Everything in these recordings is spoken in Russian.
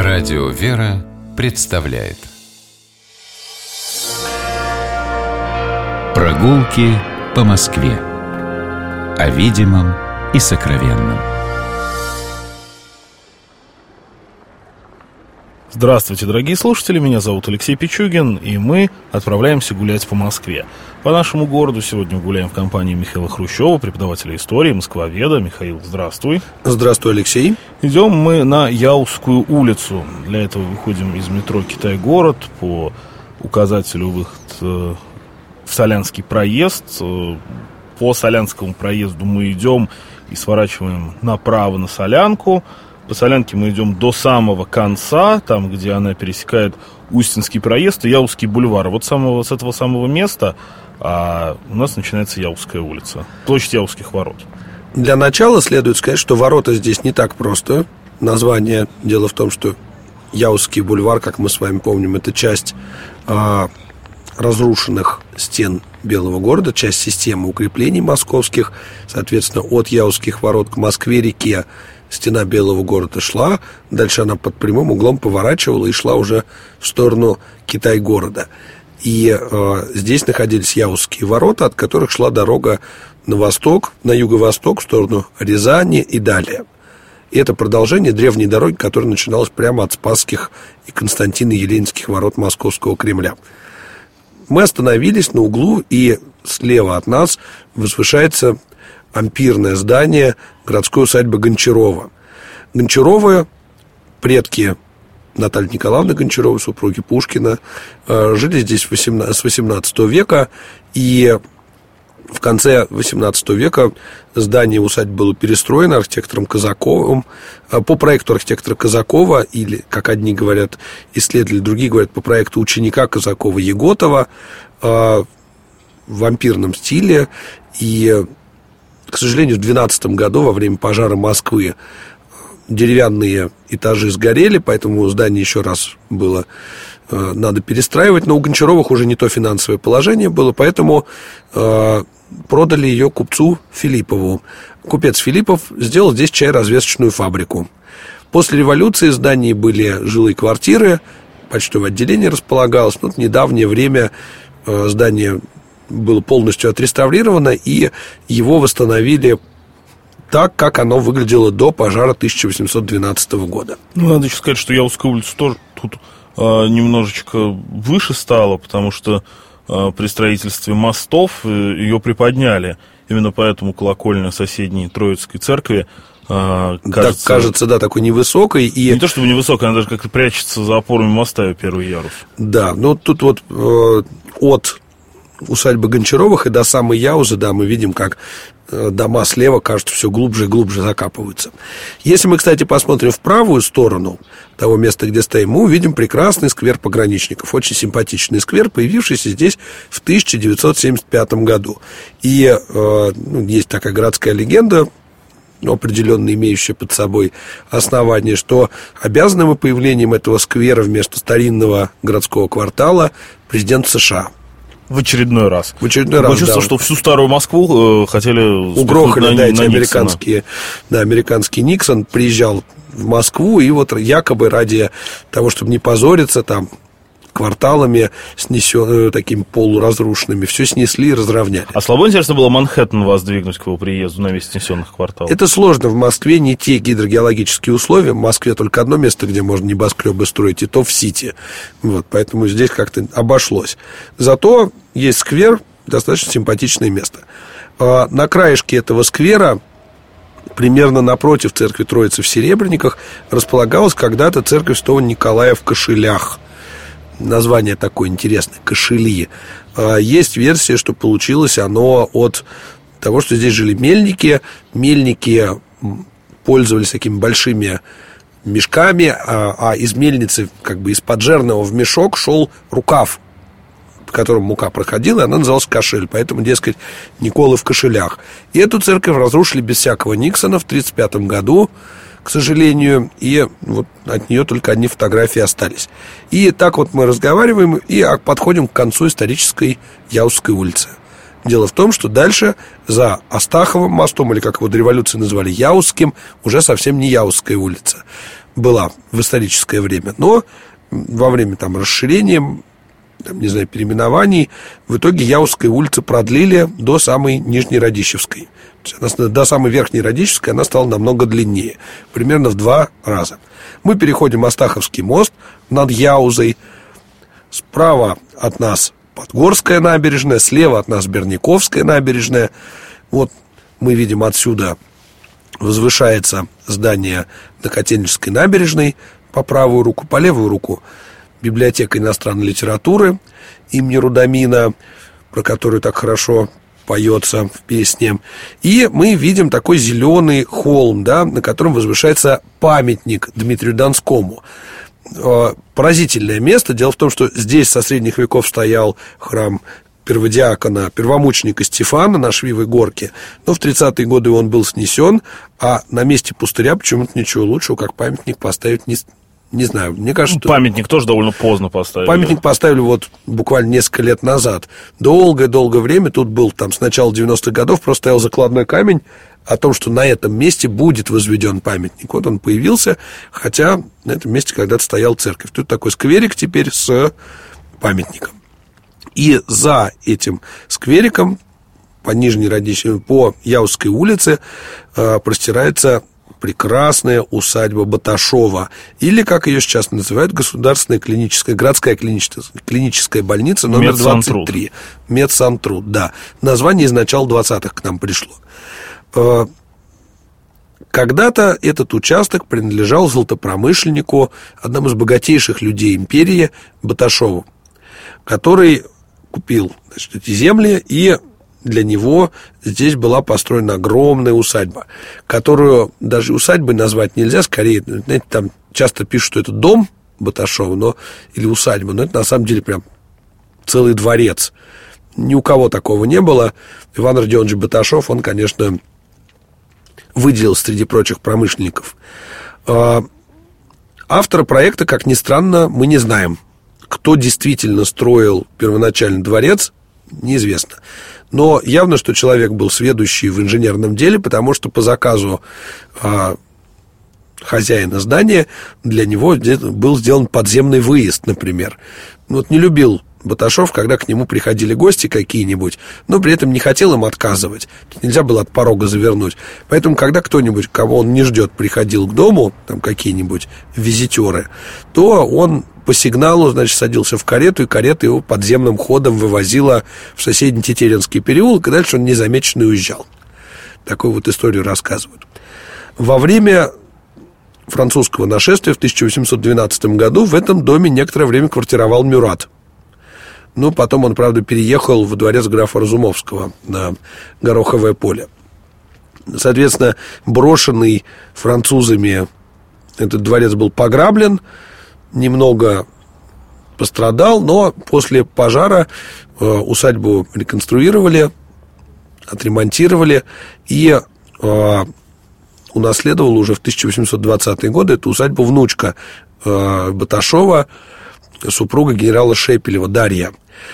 Радио «Вера» представляет Прогулки по Москве. О видимом и сокровенном. Здравствуйте, дорогие слушатели, меня зовут Алексей Пичугин, и мы отправляемся гулять по Москве. По нашему городу сегодня гуляем в компании Михаила Хрущева, преподавателя истории, москвоведа. Михаил, здравствуй. Здравствуй, Алексей. Идем мы на Яузскую улицу. Для этого выходим из метро «Китай-город» по указателю выход в Солянский проезд. По Солянскому проезду мы идем и сворачиваем направо на Солянку. По Солянке мы идем до самого конца, там, где она пересекает Устинский проезд и Яузский бульвар. Вот с этого самого места у нас начинается Яузская улица, площадь Яузских ворот. Для начала следует сказать, что ворота здесь не так просто. Название, дело в том, что Яузский бульвар, как мы с вами помним, это часть разрушенных стен Белого города, часть системы укреплений московских. Соответственно, от Яузских ворот к Москве-реке стена Белого города шла, дальше она под прямым углом поворачивала и шла уже в сторону Китай-города. И здесь находились Яузские ворота, от которых шла дорога на восток, на юго-восток, в сторону Рязани и далее. И это продолжение древней дороги, которая начиналась прямо от Спасских и Константино-Еленинских ворот Московского Кремля. Мы остановились на углу, и слева от нас возвышается ампирное здание городской усадьбы Гончарова. Гончаровы, предки Натальи Николаевны Гончаровой, супруги Пушкина, жили здесь с 18 века, и в конце 18 века здание усадьбы было перестроено архитектором Казаковым. По проекту архитектора Казакова, или, как одни говорят, исследователи, другие говорят, по проекту ученика Казакова Еготова, в ампирном стиле. И, к сожалению, в 12 году, во время пожара Москвы, деревянные этажи сгорели, поэтому здание еще раз было надо перестраивать. Но у Гончаровых уже не то финансовое положение было, поэтому продали ее купцу Филиппову. Купец Филиппов сделал здесь чайно-развесочную фабрику. После революции в здании были жилые квартиры, почтовое отделение располагалось. Но в недавнее время здание было полностью отреставрировано, и его восстановили так, как оно выглядело до пожара 1812 года. Надо еще сказать, что Яузская улица тоже тут немножечко выше стала, потому что при строительстве мостов ее приподняли. Именно поэтому колокольня соседней Троицкой церкви кажется, такой невысокой. И не то чтобы невысокой, она даже как-то прячется за опорами моста, первый ярус. Да, но тут вот от усадьбы Гончаровых и до самой Яузы, да, мы видим, как дома слева, кажется, все глубже и глубже закапываются. Если мы, кстати, посмотрим в правую сторону того места, где стоим, мы увидим прекрасный сквер пограничников. Очень симпатичный сквер, появившийся здесь в 1975 году. И есть такая городская легенда, определенно имеющая под собой основание, что обязаны мы появлением этого сквера вместо старинного городского квартала президент США. В очередной раз. Такое чувство, что всю старую Москву хотели угрохали, эти американский Никсон приезжал в Москву, и вот якобы ради того, чтобы не позориться там кварталами, такими полуразрушенными, все снесли и разровняли. А слабо интересно было Манхэттен воздвигнуть к его приезду на месте снесенных кварталов? Это сложно. В Москве не те гидрогеологические условия. В Москве только одно место, где можно небоскребы строить, и то в Сити. Вот, поэтому здесь как-то обошлось. Зато есть сквер, достаточно симпатичное место. На краешке этого сквера, примерно напротив церкви Троицы в Серебряниках, располагалась когда-то церковь Святого Николая в Кошелях. Название такое интересное, Кошели. Есть версия, что получилось оно от того, что здесь жили мельники. Мельники пользовались такими большими мешками, а из мельницы, как бы из-под жернова в мешок шел рукав, по которому мука проходила, и она называлась кошель. Поэтому, дескать, Николы в кошелях. И эту церковь разрушили без всякого Никсона в 1935 году, к сожалению, и вот от нее только одни фотографии остались. И так вот мы разговариваем и подходим к концу исторической Яузской улицы. Дело в том, что дальше за Астаховым мостом, или как его до революции называли, Яузским, уже совсем не Яузская улица. была в историческое время, но во время там расширения, там, не знаю, переименований, в итоге Яузская улица продлили до самой Нижней Радищевской. До самой Верхней Радищевской она стала намного длиннее, примерно в 2 раза. Мы переходим Астаховский мост над Яузой. Справа от нас Подгорская набережная, слева от нас Берниковская набережная. Вот мы видим отсюда возвышается здание на Котельнической набережной по правую руку, по левую руку библиотека иностранной литературы имени Рудамина, про которую так хорошо поется в песне. И мы видим такой зеленый холм, да, на котором возвышается памятник Дмитрию Донскому. Поразительное место. Дело в том, что здесь со средних веков стоял храм перводиакона, первомученика Стефана на Швивой горке, но в 30-е годы он был снесен, а на месте пустыря почему-то ничего лучшего, как памятник поставить не знаю, мне кажется... Памятник тоже довольно поздно поставили. Памятник поставили вот буквально несколько лет назад. Долгое-долгое время тут был, там, с начала 90-х годов просто стоял закладной камень о том, что на этом месте будет возведен памятник. Вот он появился, хотя на этом месте когда-то стояла церковь. Тут такой скверик теперь с памятником. И за этим сквериком по Нижней Радищевской, по Яузской улице простирается прекрасная усадьба Баташова, или, как ее сейчас называют, государственная клиническая, городская клиническая больница номер 23. Медсантруд, да. Название из начала 20-х к нам пришло. Когда-то этот участок принадлежал золотопромышленнику, одному из богатейших людей империи, Баташову, который купил, значит, эти земли, и для него здесь была построена огромная усадьба, которую даже усадьбой назвать нельзя, скорее, знаете, там часто пишут, что это дом Баташова, но, или усадьба, но это на самом деле прям целый дворец. Ни у кого такого не было. Иван Родионович Баташов, он, конечно, выделился среди прочих промышленников. Автора проекта, как ни странно, мы не знаем. Кто действительно строил первоначальный дворец, неизвестно. Но явно, что человек был сведущий в инженерном деле, потому что по заказу хозяина здания для него был сделан подземный выезд, например. Вот не любил Баташов, когда к нему приходили гости какие-нибудь, но при этом не хотел им отказывать. Нельзя было от порога завернуть. Поэтому, когда кто-нибудь, кого он не ждет, приходил к дому, там какие-нибудь визитеры, то он по сигналу, значит, садился в карету, и карета его подземным ходом вывозила в соседний Тетеринский переулок, и дальше он незамеченный уезжал. Такую вот историю рассказывают. Во время французского нашествия в 1812 году в этом доме некоторое время квартировал Мюрат. Ну, потом он, правда, переехал во дворец графа Разумовского на Гороховое поле. Соответственно, брошенный французами этот дворец был пограблен, немного пострадал, но после пожара усадьбу реконструировали, отремонтировали и унаследовала уже в 1820-е годы эту усадьбу внучка Баташова, супруга генерала Шепелева Дарья.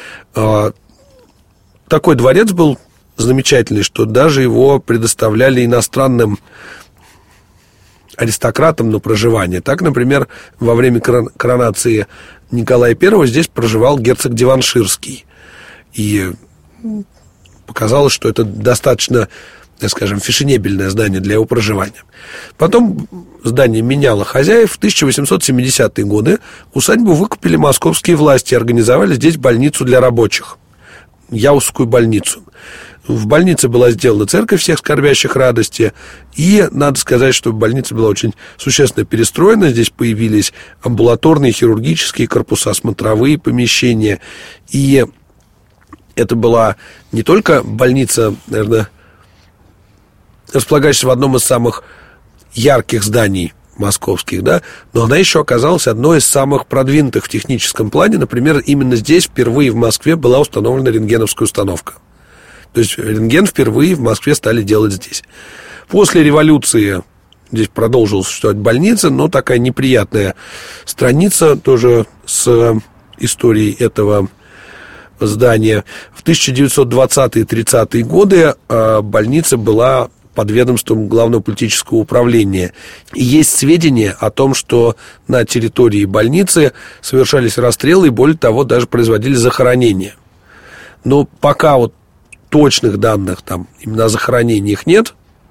Такой дворец был замечательный, что даже его предоставляли иностранным аристократам на проживание. Так, например, во время коронации Николая I здесь проживал герцог Диванширский. И показалось, что это достаточно, так скажем, фешенебельное здание для его проживания. Потом здание меняло хозяев. В 1870-е годы усадьбу выкупили московские власти и организовали здесь больницу для рабочих, Яузскую больницу. В больнице была сделана церковь всех скорбящих радости, и надо сказать, что больница была очень существенно перестроена. Здесь появились амбулаторные, хирургические корпуса, смотровые помещения, и это была не только больница, наверное, располагающаяся в одном из самых ярких зданий московских, да, но она еще оказалась одной из самых продвинутых в техническом плане. Например, именно здесь впервые в Москве была установлена рентгеновская установка. То есть рентген впервые в Москве стали делать здесь. После революции здесь продолжила существовать больница, но такая неприятная страница тоже с историей этого здания. В 1920-е и 30-е годы больница была под ведомством Главного политического управления. И есть сведения о том, что на территории больницы совершались расстрелы и, более того, даже производились захоронения. Но пока вот точных данных там именно о захоронениях нет,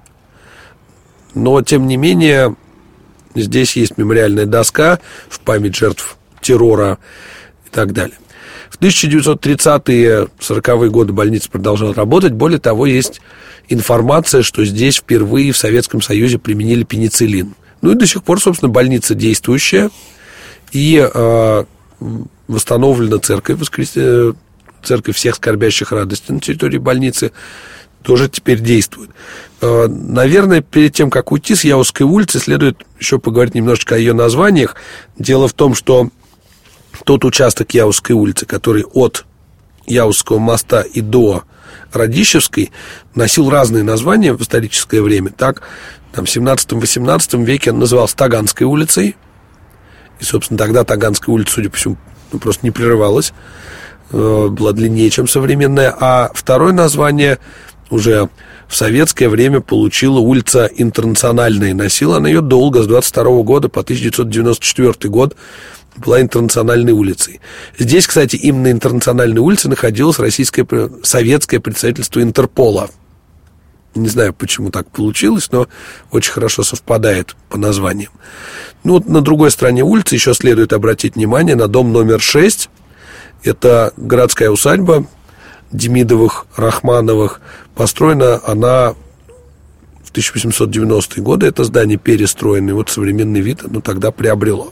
но, тем не менее, здесь есть мемориальная доска в память жертв террора и так далее. В 1930-е, 40-е годы больница продолжала работать. Более того, есть информация, что здесь впервые в Советском Союзе применили пенициллин. Ну и до сих пор, собственно, больница действующая. И восстановлена церковь, церковь всех скорбящих радости на территории больницы тоже теперь действует. Наверное, перед тем, как уйти с Яузской улицы, следует еще поговорить немножечко о ее названиях. Дело в том, что тот участок Яузской улицы, который от Яузского моста и до Радищевской, носил разные названия в историческое время. Так, там, в 17-18 веке он назывался Таганской улицей. И, собственно, тогда Таганская улица, судя по всему, просто не прерывалась. Была длиннее, чем современная. А второе название уже в советское время получила улица Интернациональная. Носила она ее долго, с 22 года по 1994 год была Интернациональной улицей. Здесь, кстати, именно на Интернациональной улице находилось советское представительство Интерпола. Не знаю, почему так получилось, но очень хорошо совпадает по названиям. Ну, вот на другой стороне улицы еще следует обратить внимание на дом номер 6. Это городская усадьба Демидовых, Рахмановых. Построена она в 1890-е годы. Это здание перестроено, и вот современный вид оно тогда приобрело.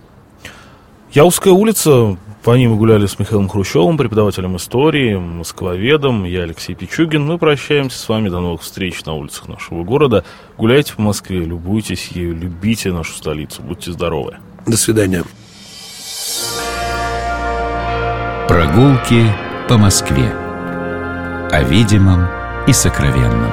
Яузская улица, по ней мы гуляли с Михаилом Хрущевым, преподавателем истории, москвоведом. Я Алексей Пичугин. Мы прощаемся с вами. До новых встреч на улицах нашего города. Гуляйте по Москве, любуйтесь ею, любите нашу столицу. Будьте здоровы. До свидания. Прогулки по Москве. О видимом и сокровенном.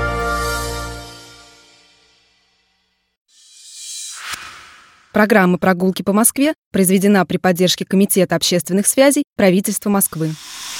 Программа «Прогулки по Москве» произведена при поддержке Комитета общественных связей правительства Москвы.